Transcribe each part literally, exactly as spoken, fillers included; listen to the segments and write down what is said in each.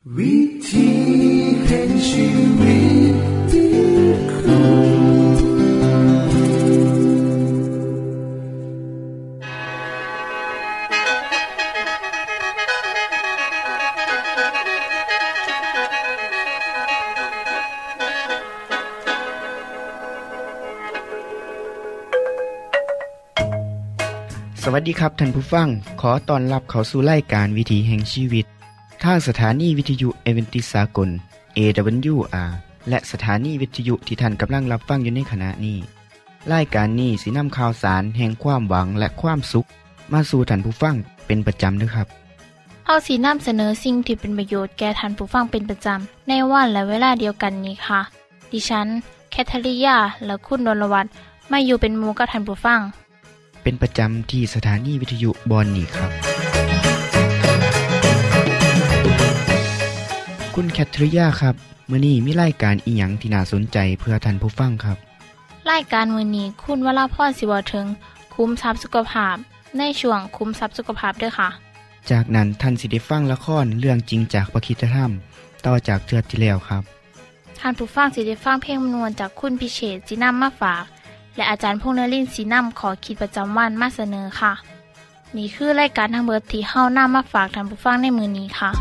วิธีแห่งชีวิตที่คุณสวัสดีครับท่านผู้ฟังขอต้อนรับเข้าสู่รายการวิถีแห่งชีวิตทางสถานีวิทยุเอเวนติสากล เอ ดับเบิลยู อาร์ และสถานีวิทยุที่ท่านกำลังรับฟังอยู่ในขณะนี้รายการนี้สินำข่าวสารแห่งความหวังและความสุขมาสู่ท่านผู้ฟังเป็นประจำเด้อครับเฮาสินำเสนอสิ่งที่เป็นประโยชน์แก่ท่านผู้ฟังเป็นประจำในวันและเวลาเดียวกันนี้ค่ะดิฉันแคทริยาและคุณดลวัฒน์มาอยู่เป็นหมู่กับท่านผู้ฟังเป็นประจำที่สถานีวิทยุบอนนี่ครับคุณแคทริยาครับมื้อนี้มีรายการอีหยังที่น่าสนใจเพื่อท่านผู้ฟังครับรายการมื้อนี้คุณวราพรสิเว้าถึงคุ้มทรัพย์สุขภาพในช่วงคุ้มทรัพย์สุขภาพด้วยค่ะจากนั้นท่านสิได้ฟังละครเรื่องจริงจากพระคริสตธรรมต่อจากเทื่อที่แล้วครับท่านผู้ฟังสิได้ฟังเพลงมนวนจากคุณพิเชษฐ์สินำมาฝากและอาจารย์พงษ์นฤมลศรีนำขอคิดประจำวันมาเสนอค่ะนี่คือรายการทั้งเบิดที่เฮานำมาฝากท่านผู้ฟังในมื้อนี้ค่ะ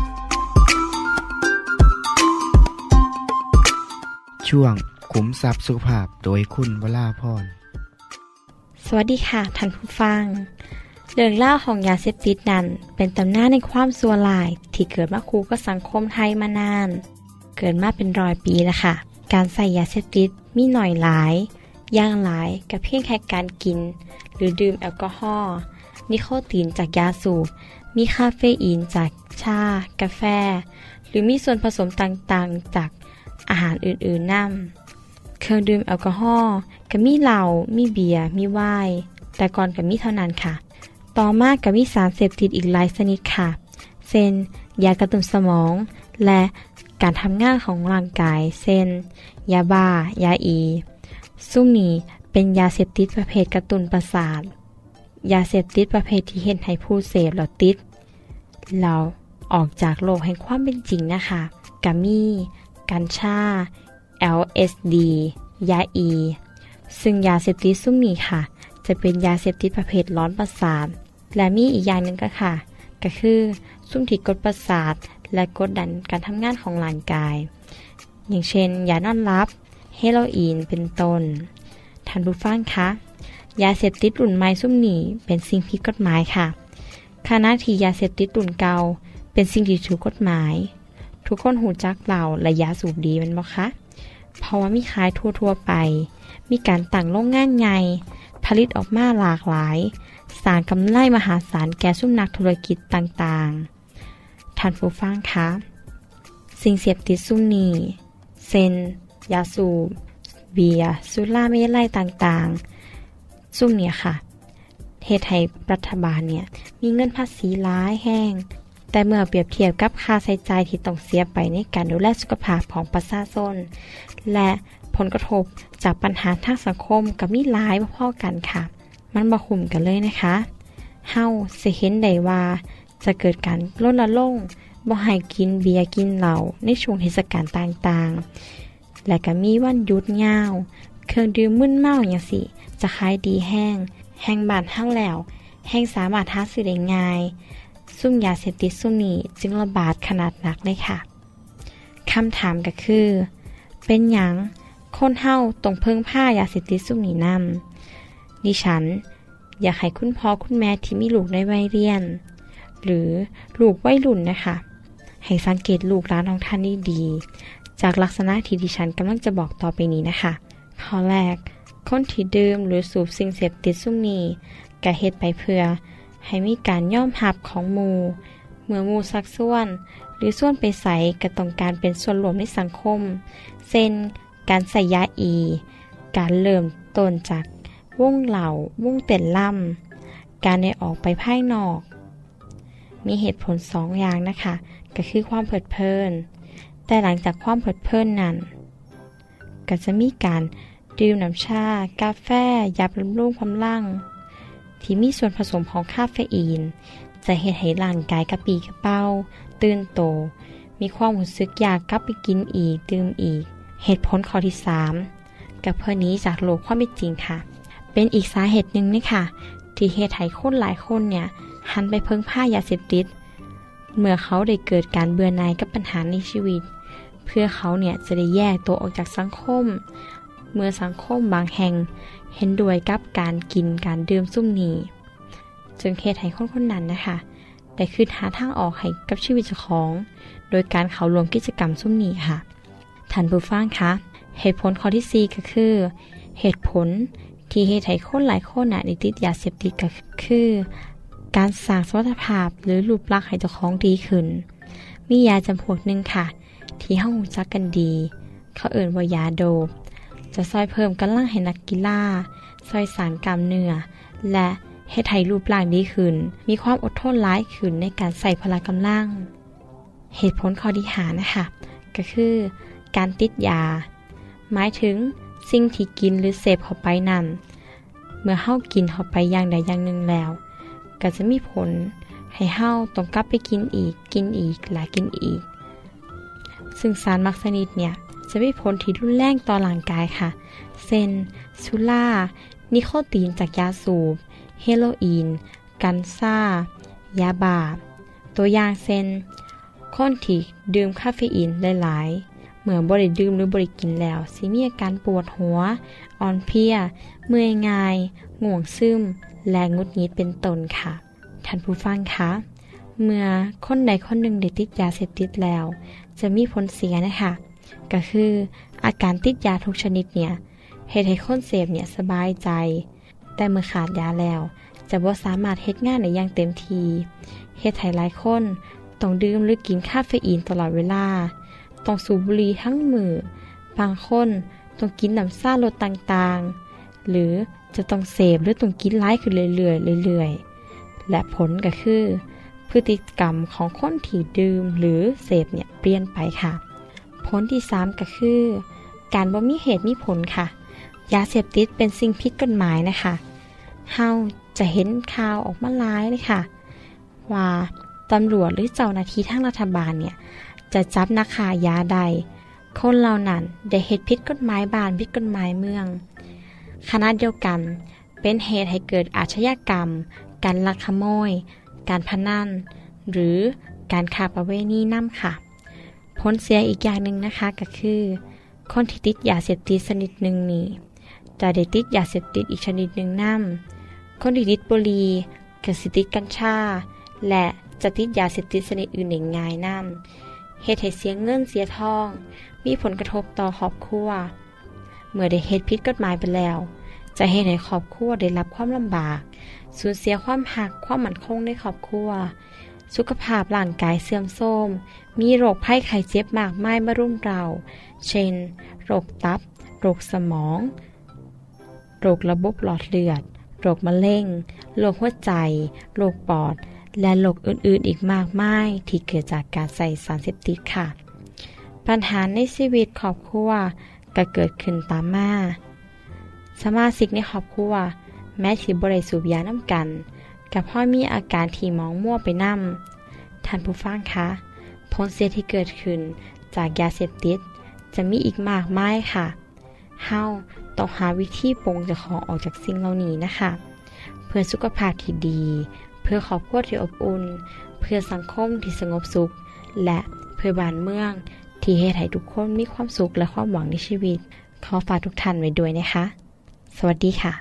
ช่วงขุมทรัพย์สุขภาพโดยคุณวราพรสวัสดีค่ะท่านผู้ฟังเรื่องเล่าของยาเสพติดนั้นเป็นตำนานในความชั่วร้ายที่เกิดมาคู่กับสังคมไทยมานานเกิดมาเป็นร้อยปีแล้วค่ะการใส่ยาเสพติดมีหน่อยหลายอย่างหลายกับเพียงแค่การกินหรือดื่มแอลกอฮอล์นิโคตินจากยาสูบมีคาเฟอีนจากชากาแฟหรือมีส่วนผสมต่างๆจากอาหารอื่นๆนั่นเครื่องดื่มแอลกอฮอล์ก็มีเหล้ามีเบียร์มีไวน์แต่ก่อนก็มีเท่านั้นค่ะต่อมาก็มีสารเสพติดอีกหลายชนิดค่ะเช่นยากระตุ้นสมองและการทำงานของร่างกายเช่นยาบ้ายาอีซุ่มนี้เป็นยาเสพติดประเภทกระตุ้นประสาทยาเสพติดประเภทที่เห็นให้ผู้เสพแล้วติดเราออกจากโลกแห่งความเป็นจริงนะคะกามีกัญชา แอล เอส ดี ยาอีซึ่งยาเสพติดซุ่มนี้ค่ะจะเป็นยาเสพติดประเภทร้อนประสาทและมีอีกอย่างหนึ่งก็ค่ะก็คือซุ่มที่กดประสาทและกดดันการทำงานของร่างกายอย่างเช่นยานอนหลับเฮโรอีนเป็นต้นท่านผู้ฟังคะยาเสพติดรุ่นใหม่ซุ่มนี้เป็นสิ่งผิดกฎหมายค่ะขณะที่ยาเสพติดรุ่นเก่าเป็นสิ่งที่ถูกกฎหมายทุกคนหูจักเหล้าและยาสูบดีมันบ่คะเพราะว่ามีขายทั่วๆไปมีการตั้งโรงงานใหญ่ผลิตออกมาหลากหลายสร้างกำไรมหาศาลแก่ซุ่มนักธุรกิจต่างๆท่านผู้ฟังคะสิ่งเสพติดซุ่มนี้เช่นยาสูบเบียร์สุราเมลัยต่างๆซุ่มเนี่ยค่ะเฮ็ดให้รัฐบาลเนี่ยมีเงินภาษีหลายแห้งแต่เมื่อเปรียบเทียบกับค่าใช้จ่ายที่ต้องเสียไปในการดูแลสุขภาพของประชาชนและผลกระทบจากปัญหาทางสังคมก็มีหลายพอๆกันค่ะมันบ่คุ้มกันเลยนะคะเฮาสิเห็นได้ว่าจะเกิดการลดละลงบ่ให้กินเบียร์กินเหล้าในช่วงเทศกาลต่างๆและก็มีวันหยุดยาวเครื่องดื่มมึนเมาอย่างสิจะขายดีแห้งแห้งบานเฮาแล้วแห้งสามารถหาซื้อได้ง่ายซุ่มยาเสพติดซุ่มนี้จึงระบาดขนาดหนักเลยค่ะคำถามก็คือเป็นหยังคนเฮาต้องเพิ่งผ้ายาเสพติดซุ่มนี้นำดิฉันอยากให้คุณพ่อคุณแม่ที่มีลูกในวัยเรียนหรือลูกวัยรุ่นนะคะให้สังเกตลูกหลานของท่านดีๆจากลักษณะที่ดิฉันกำลังจะบอกต่อไปนี้นะคะข้อแรกคนที่ดื่มหรือสูบสิ่งเสพติดซุ่มนี้กะเฮ็ดไปเพื่อให้มีการยอมรับของหมู่เมื่อหมู่ซักซ้วนหรือส่วนไปใส่ก็ต้องการเป็นส่วนรวมในสังคมเช่นการใส่ยาอีการเริ่มต้นจากวงเหล่าวงเต้นล่ำการได้ออกไปภายนอกมีเหตุผลสองอย่างนะคะก็คือความเพลิดเพลินแต่หลังจากความเพลิดเพลินนั้นก็จะมีการดื่มน้ำชากาแฟยาบำรุงความดันที่มีส่วนผสมของคาเฟอีนจะเฮ็ดให้ร่างกายกระปรี้กระเปร่าตื่นโตมีความรู้สึกอยากกลับไปกินอีกดื่มอีกเหตุผลข้อที่สามกับเพื่อนี้จากโลกความเป็นจริงค่ะเป็นอีกสาเหตุหนึ่งนี่ค่ะที่เหตุให้คนหลายคนเนี่ยหันไปเพิ่งผ้ายาเสพติดเมื่อเขาได้เกิดการเบื่อหน่ายกับปัญหาในชีวิตเพื่อเขาเนี่ยจะได้แยกตัวออกจากสังคมเมื่อสังคมบางแห่งเห็นด้วยกับการกินการดื่มซุ่มนี้จึงเหตุให้คนคนนั้นนะคะได้คืนหาทางออกให้กับชีวิตเจ้าของโดยการเข้าร่วมกิจกรรมซุ่มนี้ค่ะท่านผู้ฟังคะเหตุผลข้อที่สี่ก็คือเหตุผลที่เหตุให้คนหลายคนน่ะได้ติดยาเสพติดก็คือการสร้างสมรรถภาพหรือรูปลักษณ์ให้เจ้าของดีขึ้นมียาจำพวกหนึ่งค่ะที่เฮารู้จักกันดีเขาเอ่ยว่ายาโดปจะซอยเพิ่มกำลังให้นักกีฬาซอยสร้างกล้ามเนื้อและเฮ็ดให้รูปร่างดีขึ้นมีความอดทนหลายขึ้นในการใส่พละกำลังเหตุผลข้อที่ห้านะคะก็คือการติดยาหมายถึงสิ่งที่กินหรือเสพเข้าไปนั้นเมื่อเฮากินเข้าไปอย่างใดอย่างหนึ่งแล้วก็จะมีผลให้เฮาต้องกลับไปกินอีกกินอีกและกินอีกซึ่งสารมักสนิดเนี่ยจะมีผลที่รุนแรงต่อร่างกายค่ะเช่นสุรานิโคตินจากยาสูบเฮโรอีนกัญชายาบ้าตัวอย่างเช่นคนที่ดื่มคาเฟอีนหลายๆเมื่อบ่ได้ดื่มหรือบ่ได้กินแล้วสิมีอาการปวดหัวอ่อนเพลียเมื่อยง่ายง่วงซึมและหงุดหงิดเป็นต้นค่ะท่านผู้ฟังคะเมื่อคนใดคนหนึ่งได้ติดยาเสพติดแล้วจะมีผลเสียนะคะก็คืออาการติดยาทุกชนิดเนี่ยเฮ็ดให้คนเสพเนี่ยสบายใจแต่เมื่อขาดยาแล้วจะบ่สามารถเฮ็ดงานได้อย่างเต็มที่เฮ็ดให้หลายคนต้องดื่มหรือกินคาเฟอีนตลอดเวลาต้องสูบบุหรี่ทั้งมื้อบางคนต้องกินน้ำซ่ารสต่างๆหรือจะต้องเสพหรือต้องกินหลายขึ้นเรื่อยๆเรื่อยๆและผลก็คือพฤติกรรมของคนที่ดื่มหรือเสพเนี่ยเปลี่ยนไปค่ะผลที่สามก็คือการบ่มีเหตุมีผลค่ะยาเสพติดเป็นสิ่งผิดกฎหมายนะคะเฮาจะเห็นข่าวออกมาหลายเลยค่ะว่าตำรวจหรือเจ้าหน้าที่ทางรัฐบาลเนี่ยจะจับนักค้ายาใดคนเหล่านั้นได้เฮ็ดผิดกฎหมายบ้านผิดกฎหมายเมืองขณะเดียวกันเป็นเหตุให้เกิดอาชญากรรมการลักขโมยการพนันหรือการค้าประเวณีนำค่ะผลเสียอีกอย่างหนึ่งนะคะก็คือคนที่ติดยาเสพติดชนิดหนึ่งนี้จะได้ติดยาเสพติดอีกชนิดหนึ่งนำคนที่ติดบุหรี่ก็สิติดกัญชาและจะติดยาเสพติดชนิดอื่นได้ง่ายนำเฮ็ดให้เสียเงินเสียทองมีผลกระทบต่อครอบครัวเมื่อได้เฮ็ดผิดกฎหมายไปแล้วจะเฮ็ดให้ครอบครัวได้รับความลำบากสูญเสียความหักความมั่นคงในครอบครัวสุขภาพร่างกายเสื่อมโทรมมีโรคภัยไข้เจ็บมากมายมารุมเราเช่นโรคตับโรคสมองโรคระบบหลอดเลือดโรคมะเร็งโรคหัวใจโรคปอดและโรคอื่นๆอีกมากมายที่เกิดจากการใส่สารเสพติดค่ะปัญหาในชีวิตครอบครัวก็เกิดขึ้นตามมาสมาชิกในครอบครัวแม้สิบ่ได้สูบยาน้ำกันกับพ่อมีอาการที่มองมั่วไปนำท่านผู้ฟังคะผลเสียที่เกิดขึ้นจากยาเสพติดจะมีอีกมากมายค่ะเฮาต้องหาวิธีปลงเจ้าของออกจากสิ่งเหล่านี้นะคะเพื่อสุขภาพที่ดีเพื่อครอบครัวที่อบอุ่นเพื่อสังคมที่สงบสุขและเพื่อบ้านเมืองที่เฮ็ดให้ทุกคนมีความสุขและความหวังในชีวิตขอฝากทุกท่านไว้ด้วยนะคะสวัสดีค่ะ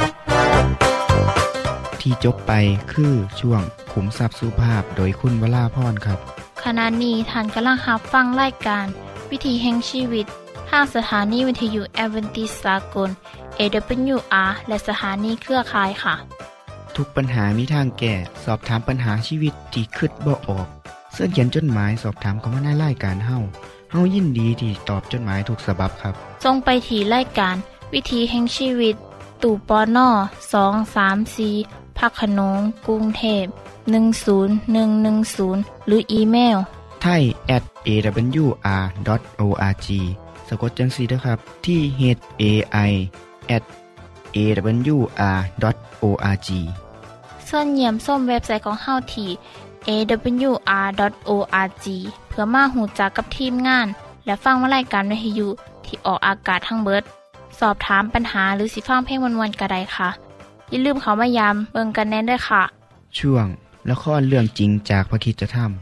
ที่จบไปคือช่วงขุมทรัพย์สุภาพโดยคุณวราพรครับขณะนี้ท่านกำลังรับฟังรายการวิถีแห่งชีวิตทางสถานีวิทยุแอดเวนทิสต์สากล เอ ดับเบิลยู อาร์ และสถานีเครือข่ายค่ะทุกปัญหามีทางแก้สอบถามปัญหาชีวิตที่คิดบ่ออกเสิร์ชเขียนจดหมายสอบถามเข้ามาในรายการเฮาเฮายินดีที่ตอบจดหมายทุกฉบับครับส่งไปที่รายการวิถีแห่งชีวิตตู้ปนสอง สาม สี่พักขนงกรุงเทพหนึ่ง ศูนย์ หนึ่ง หนึ่ง ศูนย์หรืออีเมลไทย แอท เอ ดับเบิลยู อาร์ ดอท โอ อาร์ จี สะกดจังซี่เด้อครับที่ เอช เอ ไอ แอท เอ ดับเบิลยู อาร์ ดอท โอ อาร์ จีส่วนเยี่ยมส้มเว็บไซต์ของเฮาที่เอ ดับเบิลยู อาร์ ดอท โอ อาร์ จี เพื่อมาหูจักกับทีมงานและฟังวารายการวิทยุที่ออกอากาศทั้งเบิดสอบถามปัญหาหรือสิฟังเพลงม่วนๆก็ได้ค่ะอย่าลืมเข้ามายามเบิ่งกันแน่นด้วยค่ะช่วงละครเรื่องจริงจากพระคริสตธรรม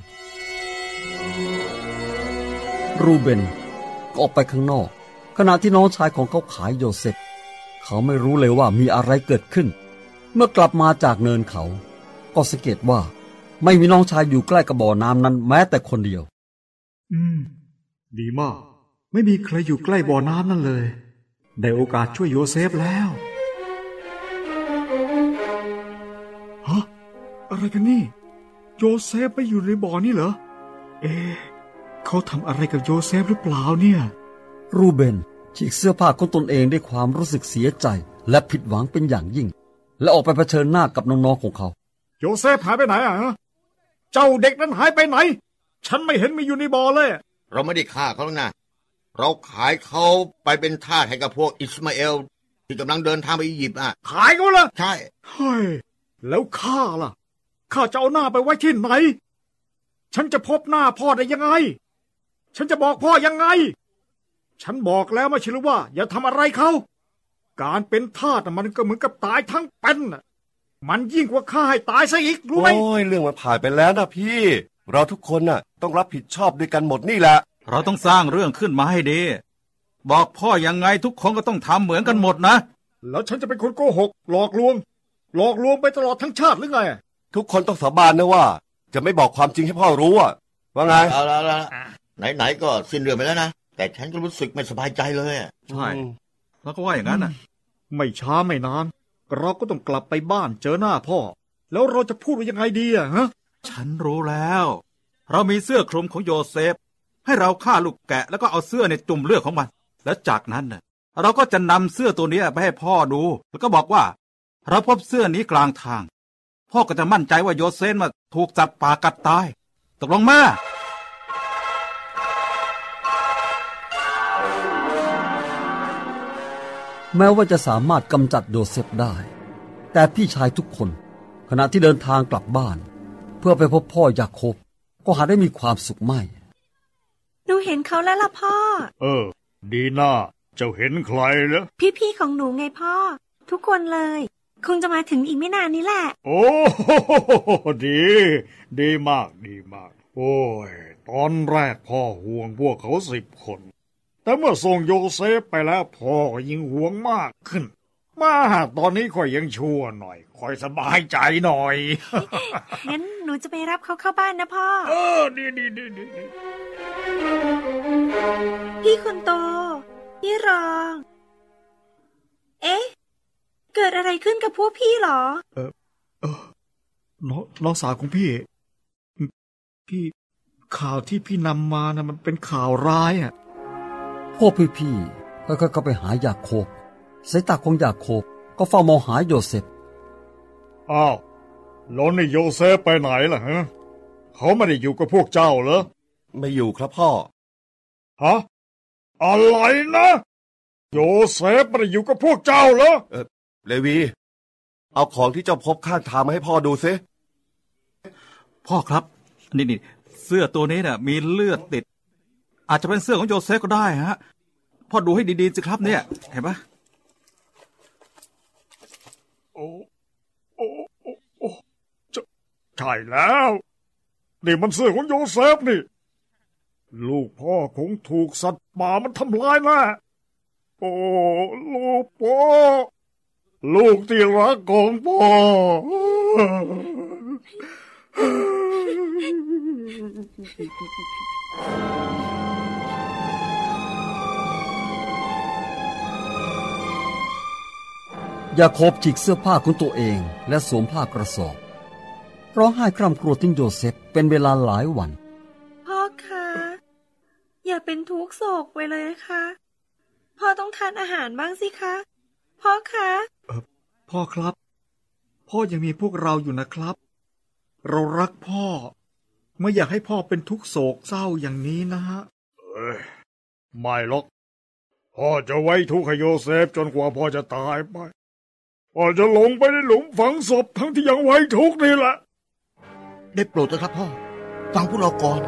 รูเบนก็ออกไปข้างนอกขณะที่น้องชายของเขาขายโยเซฟเขาไม่รู้เลยว่ามีอะไรเกิดขึ้นเมื่อกลับมาจากเนินเขาก็สังเกตว่าไม่มีน้องชายอยู่ใกล้กับบ่อน้ำนั้นแม้แต่คนเดียวอืมดีมากไม่มีใครอยู่ใกล้บ่อน้ำนั่นเลยได้โอกาสช่วยโยเซฟแล้วฮะอะไรกันนี่โยเซฟไปอยู่ในบ่อนี่เหรอเอ๊ะเขาทำอะไรกับโยเซฟหรือเปล่าเนี่ยรูเบนฉีกเสื้อผ้าของตนเองด้วยความรู้สึกเสียใจและผิดหวังเป็นอย่างยิ่งและออกไปเผชิญหน้ากับน้องๆของเขาโยเซฟหายไปไหนอ่ะเจ้าเด็กนั้นหายไปไหนฉันไม่เห็นมีอยู่ในบ่อเลยเราไม่ได้ฆ่าเขาหรอกนะเราขายเขาไปเป็นทาสให้กับพวกอิสมาเอลที่กำลังเดินทางไปอียิปต์อ่ะขายเขาเหรอใช่เฮ้ยแล้วข้าล่ะข้าจะเอาหน้าไปไว้ที่ไหนฉันจะพบหน้าพ่อได้ยังไงฉันจะบอกพ่อยังไงฉันบอกแล้วไม่ใช่หรือว่าอย่าทำอะไรเขาการเป็นทาสมันก็เหมือนกับตายทั้งเป็นมันยิ่งกว่าฆ่าให้ตายซะอีกรู้ไหมโอ้ยเรื่องมันผ่านไปแล้วนะพี่เราทุกคนน่ะต้องรับผิดชอบด้วยกันหมดนี่แหละเราต้องสร้างเรื่องขึ้นมาให้ดีบอกพ่อยังไงทุกคนก็ต้องทำเหมือนกันหมดนะแล้วฉันจะเป็นคนโกหกหลอกลวงหลอกลวงไปตลอดทั้งชาติหรือไงทุกคนต้องสาบานนะว่าจะไม่บอกความจริงให้พ่อรู้อ่ะว่าไงเอาละละไหนๆก็สิ้นเรื่องไปแล้วนะแต่ฉันก็รู้สึกไม่สบายใจเลยอ่ะใช่แล้วก็ว่าอย่างนั้นน่ะไม่ช้าไม่นานเราก็ต้องกลับไปบ้านเจอหน้าพ่อแล้วเราจะพูดว่ายังไงดีอ่ะฮะฉันรู้แล้วเรามีเสื้อคลุมของโยเซฟให้เราฆ่าลูกแกะแล้วก็เอาเสื้อในจุ่มเลือดของมันแล้วจากนั้นน่ะเราก็จะนำเสื้อตัวนี้ไปให้พ่อดูแล้วก็บอกว่าเราพบเสื้อนี้กลางทางพ่อก็จะมั่นใจว่าโยเซฟมาถูกจับป่ากัดตายตกลงมาแม้ว่าจะสามารถกำจัดโยเซฟได้แต่พี่ชายทุกคนขณะที่เดินทางกลับบ้านเพื่อไปพบพ่อยาโคบก็หาได้มีความสุขไม่หนูเห็นเขาแล้วล่ะพ่อเออดีน่าเจ้าเห็นใครเหรอพี่ๆของหนูไงพ่อทุกคนเลยคงจะมาถึงอีกไม่นานนี้แหละโอ้ดีดีมากดีมากโอ้ยตอนแรกพ่อห่วงพวกเขาสิบคนแต่เมื่อส่งโยเซฟไปแล้วพ่อก็ยิ่งห่วงมากขึ้นมาตอนนี้ค่อยยังชั่วหน่อยค่อยสบายใจหน่อยงั้นหนูจะไปรับเขาเข้าบ้านนะพ่อเออดีดีดีดีพี่คนโตพี่รองเอ๊ะเกิดอะไรขึ้นกับพวกพี่หรอเออเออน้องน้องสาวของพี่พี่ข่าวที่พี่นำมานะมันเป็นข่าวร้ายอ่ะพวกพี่ๆค่อยๆเข้าไปหายาโคบสายตาของยาโคบก็เฝ้ามองหาโยเซฟอ้าวแล้วนี่โยเซฟไปไหนล่ะฮะเขาไม่ได้อยู่กับพวกเจ้าเหรอไม่อยู่ครับพ่อฮะอะไรนะโยเซฟไม่ได้อยู่กับพวกเจ้าเหรอเออเลวีเอาของที่เจ้าพบข้างทางมาให้พ่อดูซิพ่อครับนี่นี่เสื้อตัวนี้เนี่ยมีเลือดติดอาจจะเป็นเสื้อของโยเซฟก็ได้ฮะพ่อดูให้ดีๆสิครับเนี่ยเห็นปะโอ้โอ้โอ้ใช่แล้วนี่มันเสื้อของโยเซฟนี่ลูกพ่อคงถูกสัตว์ป่ามันทำลายแน่โอ้ลูกพ่อลูกที่รักของพ่อยาโคบฉีกเสื้อผ้าของตัวเองและสวมผ้ากระสอบร้องไห้คร่ำครวญถึงโยเซฟเป็นเวลาหลายวันพ่อคะอย่าเป็นทุกข์โศกไปเลยค่ะพ่อต้องทานอาหารบ้างสิคะพ่อคะเออพ่อครับพ่อยังมีพวกเราอยู่นะครับเรารักพ่อไม่อยากให้พ่อเป็นทุกข์โศกเศร้าอย่างนี้นะฮะเอ้ยไม่หรอกพ่อจะไว้ทุกข์ให้โยเซฟจนกว่าพ่อจะตายไปพ่อจะลงไปในหลุมฝังศพทั้งที่ยังไว้ทุกข์นี่แหละได้โปรดเถอะครับพ่อฟังพวกเราก่อน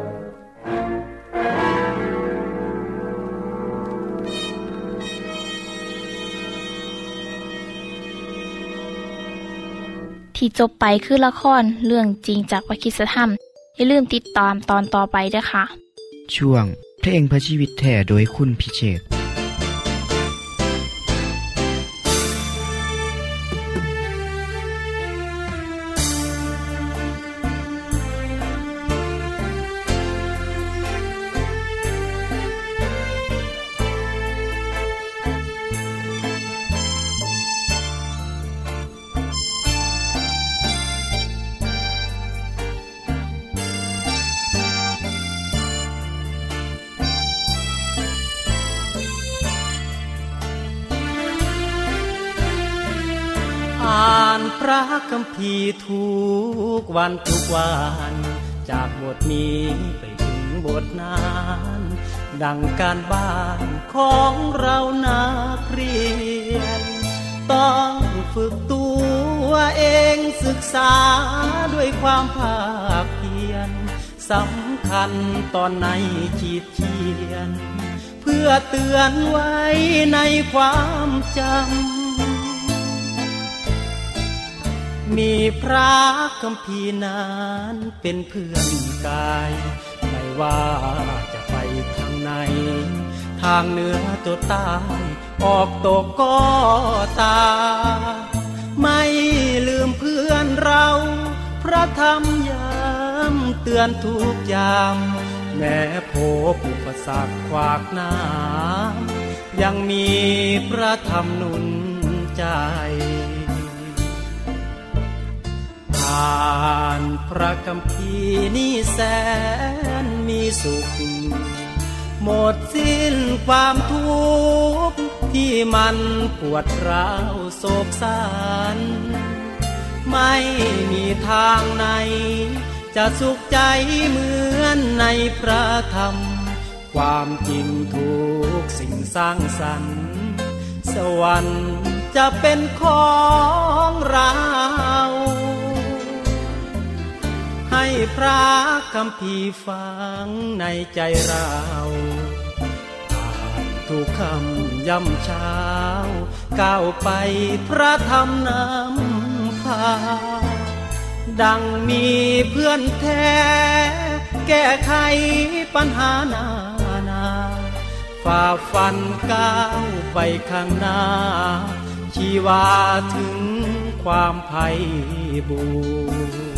ที่จบไปคือละครเรื่องจริงจากวคิสธรรมอย่าลืมติดตามตอนต่อไปด้วยค่ะช่วงเพลงเพื่อชีวิตแท้โดยคุณพิเชษฐ์อ่านพระคัมภีร์ทุกวันทุกวันจากบทนี้ไปถึงบทนั้นดังการบ้านของเรานักเรียนต้องฝึกตัวเองศึกษาด้วยความภาคเพียรสำคัญตอนในขีดเขียนเพื่อเตือนไว้ในความจำมีพระคัมภีร์นั้นเป็นเพื่อนกายไม่ว่าจะไปทางไหนทางเหนือตัวใต้ออกตกก็ตามไม่ลืมเพื่อนเราพระธรรมย้ำเตือนทุกยามแม้พบอุปสรรคขวากหน้ายังมีพระธรรมหนุนใจอ่านพระคัมภีร์นี่แสนมีสุขหมดสิ้นความทุกข์ที่มันปวดร้าวโศกสันไม่มีทางไหนจะสุขใจเหมือนในพระธรรมความจริงทุกสิ่งสร้างสรรค์สวรรค์จะเป็นของเราให้พระคัมภีร์ฟังในใจเราอ่านทุกคำย่ำเช้าก้าวไปพระธรรมนำพาดังมีเพื่อนแท้แก้ไขปัญหานานาฝ่าฟันก้าวไปข้างหน้าชีวาถึงความไพ่บูรณ์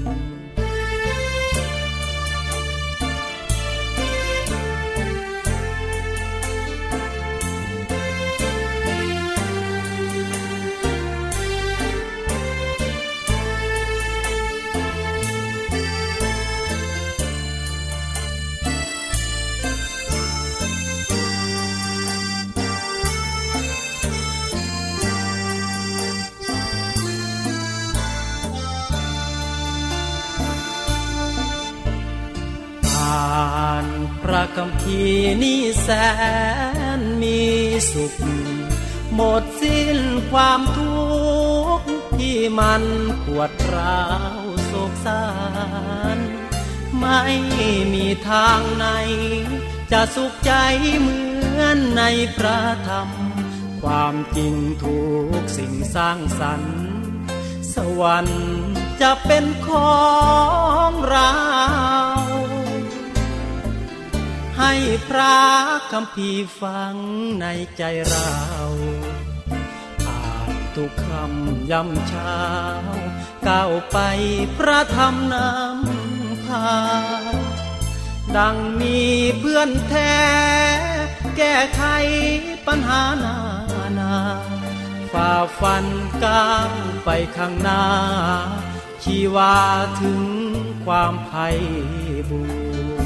พระคัมภีร์นี้แสนมีสุขหมดสิ้นความทุกข์ที่มันปวดร้าวโศกสันไม่มีทางไหนจะสุขใจเหมือนในพระธรรมความจริงทุกสิ่งสร้างสรรค์สวรรค์จะเป็นของเราให้พระคัมภีร์ฟังในใจเราอ่านทุกคำย่ำเช้าก้าวไปพระธรรมนำพาดังมีเพื่อนแท้แก้ไขปัญหานานาฝ่าฟันก้าวไปข้างหน้าชีวาถึงความไพ่บูรณ์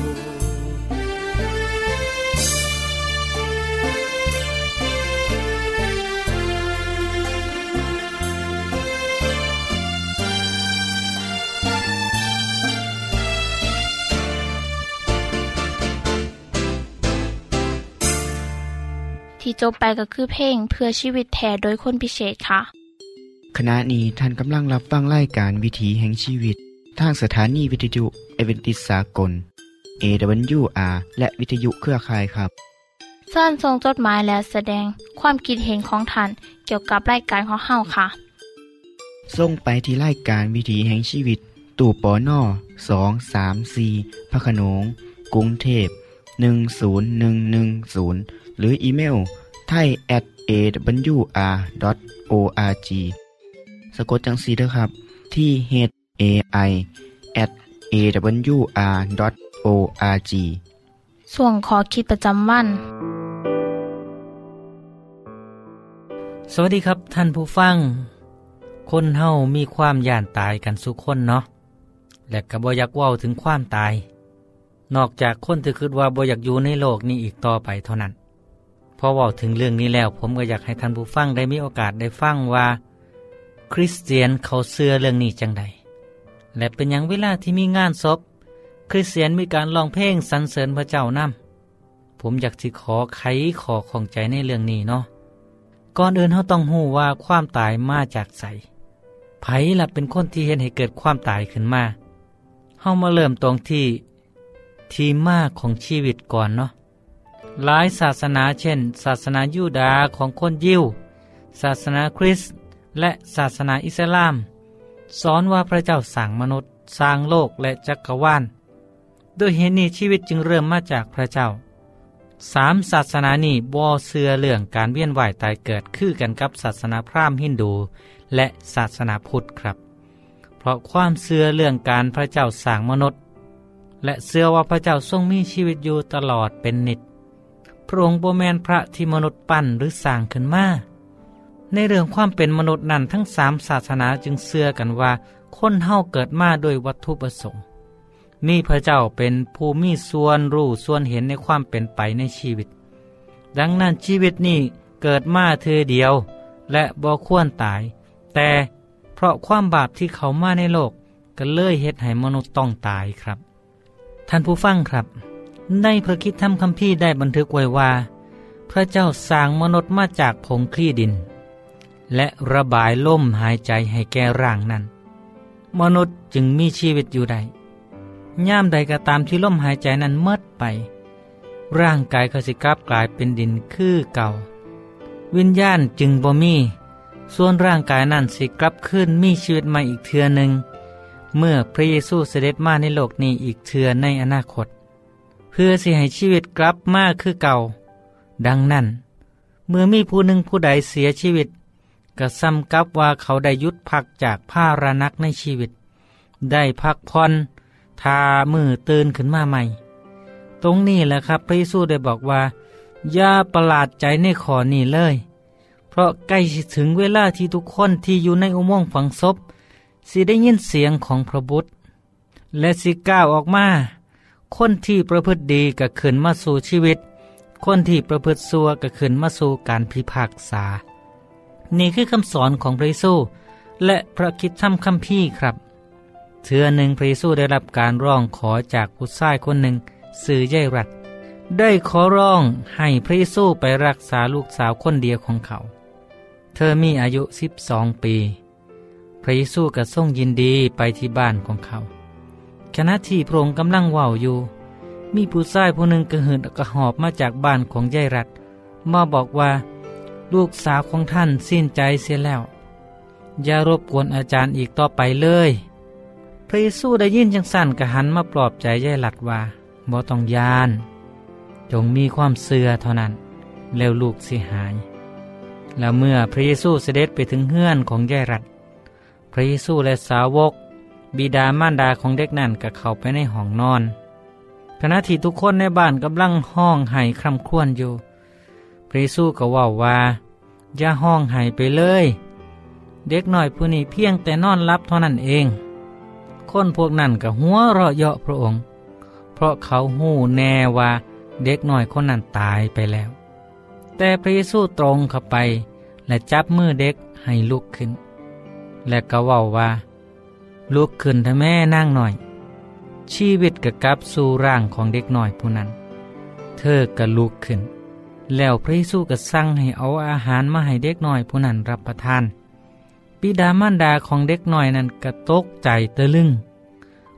ที่จบไปก็คือเพลงเพื่อชีวิตแท้โดยคนพิเศษค่ะขณะนี้ท่านกำลังรับฟังรายการวิถีแห่งชีวิตทางสถานีวิทยุเอเวนติสากล เอ ดับเบิลยู อาร์ และวิทยุเครือข่ายครับเชิญส่งจดหมายและแสดงความคิดเห็นของท่านเกี่ยวกับรายการของเฮาค่ะส่งไปที่รายการวิถีแห่งชีวิตตู้ปนสอง สาม สี่พระโขนงกรุงเทพหนึ่งศูนย์หนึ่งหนึ่งศูนย์หรืออีเมล ไทย แอท เอ ดับเบิลยู อาร์ ดอท โอ อาร์ จี สะกดจังซี่เด้อครับที่ เอช เอ ไอ แอท เอ ดับเบิลยู อาร์ ดอท โอ อาร์ จีส่วนขอคิดประจำวันสวัสดีครับท่านผู้ฟังคนเฮามีความย่านตายกันสุคนเนาะและก็บ่อยากเว้าถึงความตายนอกจากคนที่คิดว่าบ่อยากอยู่ในโลกนี้อีกต่อไปเท่านั้นพอเว้าถึงเรื่องนี้แล้วผมก็อยากให้ท่านผู้ฟังได้มีโอกาสได้ฟังว่าคริสเตียนเขาเชื่อเรื่องนี้จังใดและเป็นหยังเวลาที่มีงานศพคริสเตียนมีการร้องเพลงสรรเสริญพระเจ้านำผมอยากสิขอไขข้อข้องใจในเรื่องนี้เนาะก่อนอื่นเฮาต้องรู้ว่าความตายมาจากไสไผล่ะเป็นคนที่เฮ็ดให้เกิดความตายขึ้นมาเฮามาเริ่มตรงที่ที่มาของชีวิตก่อนเนาะหลายศาสนาเช่นศาสนายูดาห์ของคนยิวศาสนาคริสต์และศาสนาอิสลามสอนว่าพระเจ้าสร้างมนุษย์สร้างโลกและจักรวาลด้วยเหตุนี้ชีวิตจึงเริ่มมาจากพระเจ้าสามศาสนานี้บ่เชื่อเรื่องการเวียนว่ายตายเกิดคือกันกับศาสนาพราหมณ์ฮินดูและศาสนาพุทธครับเพราะความเชื่อเรื่องการพระเจ้าสร้างมนุษย์และเชื่อว่าพระเจ้าทรงมีชีวิตอยู่ตลอดเป็นนิจพระองค์บ่แม่นพระที่มนุษย์ปั้นหรือสร้างขึ้นมาในเรื่องความเป็นมนุษย์นั้นทั้งสามศาสนาจึงเชื่อกันว่าคนเฮาเกิดมาโดยวัตถุประสงค์มีพระเจ้าเป็นผู้มีส่วนรู้ส่วนเห็นในความเป็นไปในชีวิตดังนั้นชีวิตนี้เกิดมาเธอเดียวและบ่ควรตายแต่เพราะความบาปที่เขามาในโลกก็เลยเฮ็ดให้มนุษย์ต้องตายครับท่านผู้ฟังครับในพระคริสตธรรมคัมภีร์ได้บันทึกไว้ว่าพระเจ้าสร้างมนุษย์มาจากผงคลี่ดินและระบายลมหายใจให้แก่ร่างนั้นมนุษย์จึงมีชีวิตอยู่ได้ย่ามใดก็ตามที่ลมหายใจนั้นเมิดไปร่างกายก็สิกลับกลายเป็นดินคือเก่าวิญญาณจึงบ่มีส่วนร่างกายนั้นสิกลับคืนมีชีวิตใหม่อีกเทื่อหนึ่งเมื่อพระเยซูเสด็จมาในโลกนี้อีกเทื่อในอนาคตเพื่อสิให้ชีวิตกลับมาคือเก่าดังนั้นเมื่อมีผู้หนึ่งผู้ใดเสียชีวิตก็ซ้ำกับว่าเขาได้หยุดพักจากภาระหนักในชีวิตได้พักผ่อนทามือตื่นขึ้นมาใหม่ตรงนี้แหละครับพระเยซูได้บอกว่าอย่าประหลาดใจในข้อนี้เลยเพราะใกล้ถึงเวลาที่ทุกคนที่อยู่ในอุโมงค์ฝังศพสิได้ยินเสียงของพระบุตรและสิก้าวออกมาคนที่ประพฤติดีก็ขึ้นมาสู่ชีวิตคนที่ประพฤติชั่วก็ขึ้นมาสู่การพิพากษานี่คือคำสอนของพระเยซูและพระคริสตธรรมคัมภีร์ครับเทื่อหนึ่งพระเยซูได้รับการร้องขอจากผู้ชายคนหนึ่งชื่อยายรัตได้ขอร้องให้พระเยซูไปรักษาลูกสาวคนเดียวของเขาเธอมีอายุสิบสองปีพระเยซูก็ทรงยินดีไปที่บ้านของเขาขณะที่พระองค์กำลังเว้าอยู่มีผู้ชายผู้หนึ่งกระหืดกระหอบมาจากบ้านของยายรัตมาบอกว่าลูกสาวของท่านสิ้นใจเสียแล้วอย่ารบกวนอาจารย์อีกต่อไปเลยพระเยซูได้ยินจังสั่นก็หันมาปลอบใจยายรัตว่าบ่ต้องยานจงมีความเชื่อเท่านั้นแล้วลูกสิหายแล้วเมื่อพระเยซูเสด็จไปถึงเฮือนของยายรัตพระเยซูและสาวกบิดามารดาของเด็กนั่นก็เข้าไปในห้องนอนขณะที่ทุกคนในบ้านกำลังห้องไห้คร่ำครวญอยู่พระเยซูก็ว่าว่าอย่าห้องไห้ไปเลยเด็กน้อยผู้นี้เพียงแต่นอนหลับเท่านั้นเองคนพวกนั้นก็หัวเราะเยาะพระองค์เพราะเขาหู้แน่ว่าเด็กน้อยคนนั้นตายไปแล้วแต่พระเยซูตรงเข้าไปและจับมือเด็กให้ลุกขึ้นและก็เว้าว่าลุกขึ้นเถอะแม่นางหน่อยชีวิตก็กลับสู่ร่างของเด็กน้อยผู้นั้นเธอก็ลุกขึ้นแล้วพระเยซูก็สั่งให้เอาอาหารมาให้เด็กน้อยผู้นั้นรับประทานบิดามารดาของเด็กน้อยนั้นก็ตกใจตะลึง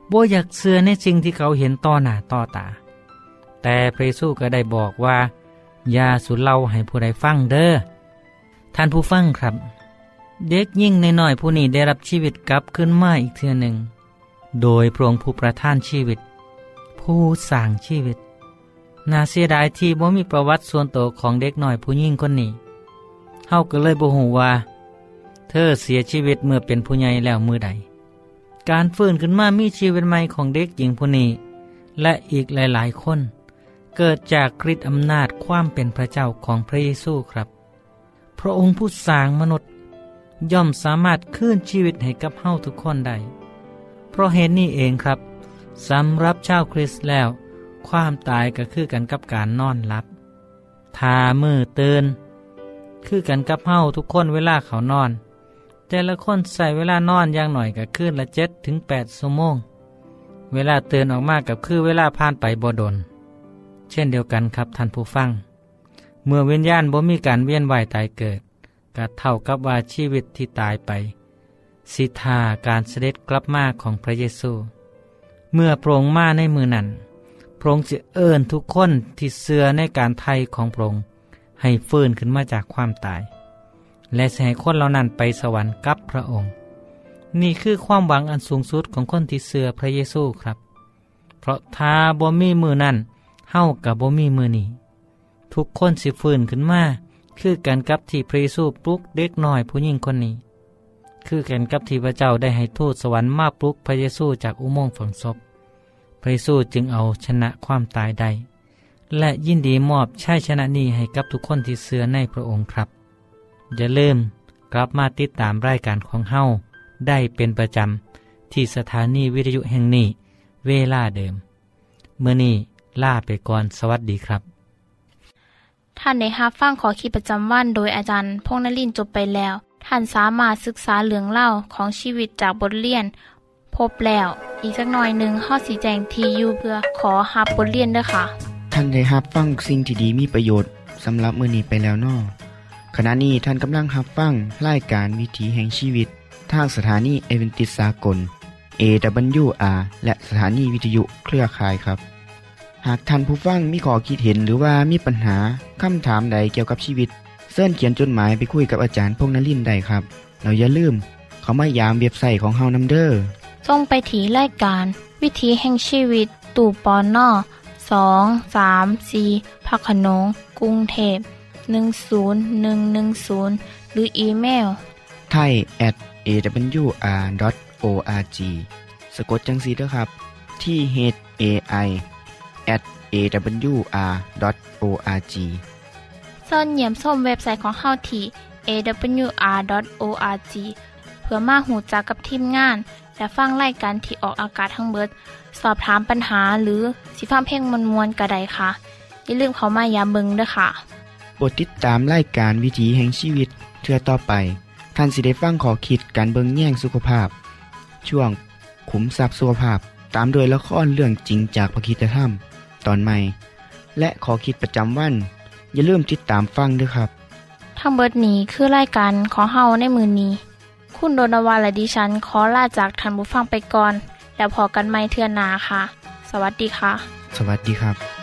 บ่อยากเชื่อในสิ่งที่เขาเห็นต่อหน้าต่อตาแต่พระเยซูก็ได้บอกว่าอย่าสุเล่าให้ผู้ใดฟังเด้อท่านผู้ฟังครับเด็กยิ่งน้อยๆผู้นี้ได้รับชีวิตกลับขึ้นมาอีกเทื่อหนึ่งโดยพระองค์ผู้ประทานชีวิตผู้สร้างชีวิตน่าเสียดายที่บ่มีประวัติส่วนตัวของเด็กน้อยผู้หญิงคนนี้เฮาก็เลยบ่ฮู้ว่าเธอเสียชีวิตเมื่อเป็นผู้ใหญ่แล้วมื้อใดการฟื้นขึ้นมามีชีวิตใหม่ของเด็กหญิงผู้นี้และอีกหลายๆคนเกิดจากฤทธิ์อำนาจความเป็นพระเจ้าของพระเยซูครับพระองค์ผู้สร้างมนุษย์ย่อมสามารถคืนชีวิตให้กับเฮาทุกคนได้เพราะเหตุนี้เองครับสำหรับชาวคริสต์แล้วความตายก็คือกันกับการนอนหลับทามือตื่นคือกันกับเฮาทุกคนเวลาเขานอนแต่ละคนใส่เวลานอนอย่างหน่อยก็คืนละเจ็ดถึงแปดชั่วโมงเวลาตื่นออกมากับคือเวลาผ่านไปบ่ดนเช่นเดียวกันครับท่านผู้ฟังเมื่อวิญญาณบ่มีการเวียนว่ายตายเกิดก็เท่ากับว่าชีวิตที่ตายไปสิทาการเสด็จกลับมาของพระเยซูเมื่อพระองค์มาในมือนั้นพระองค์จะเอิ้นทุกคนที่เชื่อในการไถ่ของพระองค์ให้ฟื้นขึ้นมาจากความตายและจะให้คนเหล่านั้นไปสวรรค์กับพระองค์นี่คือความหวังอันสูงสุดของคนที่เชื่อพระเยซูครับเพราะถ้าบ่มีมือนั้นเฮากับบ่มีมือนี้ทุกคนสิฟื้นขึ้นมาคือกันกับที่พระเยซูปลุกเด็กน้อยผู้หญิงคนนี้คือกันกับที่พระเจ้าได้ให้ทูตสวรรค์มาปลุกพระเยซูจากอุโมงค์ฝังศพพระเยซูจึงเอาชนะความตายได้และยินดีมอบชัยชนะนี้ให้กับทุกคนที่เชื่อในพระองค์ครับอย่าลืมกลับมาติดตามรายการของเฮาได้เป็นประจำที่สถานีวิทยุแห่งนี้เวลาเดิมเมื่อนี้ลาไปก่อนสวัสดีครับท่านได้รับฟังขอคิดประจำวันโดยอาจารย์พงษ์นฤมลจบไปแล้วท่านสามารถศึกษาเรื่องเล่าของชีวิตจากบทเรียนพบแล้วอีกสักหน่อยหนึ่งข้อสีแจงทีอยู่เพื่อขอรับบทเรียนด้วยค่ะท่านได้รับฟังสิ่งที่ดีมีประโยชน์สำหรับมื้อนี้ไปแล้วน้อขณะนี้ท่านกำลังรับฟังรายการวิถีแห่งชีวิตทางสถานีเอเวนติสากล เอ ดับเบิลยู อาร์ และสถานีวิทยุเครือข่ายครับหากท่านผู้ฟังมีข้อคิดเห็นหรือว่ามีปัญหาคำถามใดเกี่ยวกับชีวิตเชิญเขียนจดหมายไปคุยกับอาจารย์พงษ์นฤมลได้ครับเราอย่าลืมเขามายามเว็บไซต์ของเฮานำเด้อส่งไปที่รายการวิถีแห่งชีวิตตู่ปอนนอสอง สาม สี่พระโขนงกรุงเทพหนึ่ง ศูนย์ หนึ่ง หนึ่ง ศูนย์หรืออีเมลไทย แอท เอ ดับเบิลยู อาร์ ดอท โอ อาร์ จี สะกดจังซี่เด้อครับที่ เอช เอ ไอ แอท เอ ดับเบิลยู อาร์ ดอท โอ อาร์ จีเชิญเยี่ยมชมเว็บไซต์ของเฮาที่ เอ ดับเบิลยู อาร์ ดอท โอ อาร์ จี เพื่อมาหูจักกับทีมงานและฟังรายการที่ออกอากาศทั้งเบิดสอบถามปัญหาหรือสิฟังเพลงมวลๆก็ได้ค่ะอย่าลืมเข้ามายามเบิงด้วยค่ะโปรดติดตามรายการวิถีแห่งชีวิตเทื่อต่อไปท่านสิได้ฟังขอคิดการเบิงแย่งสุขภาพช่วงขุมทรัพย์สุขภาพตามโดยละครเรื่องจริงจากพระคริสตธรรมตอนใหม่และขอคิดประจำวันอย่าลืมติดตามฟังด้วยครับทั้งเบิดนี้คือรายการของเฮาในมือนี้คุณโดนวาและดิฉันขอลาจากท่านผู้ฟังไปก่อนแล้วพอกันใหม่เทื่อหน้าค่ะสวัสดีค่ะสวัสดีครับ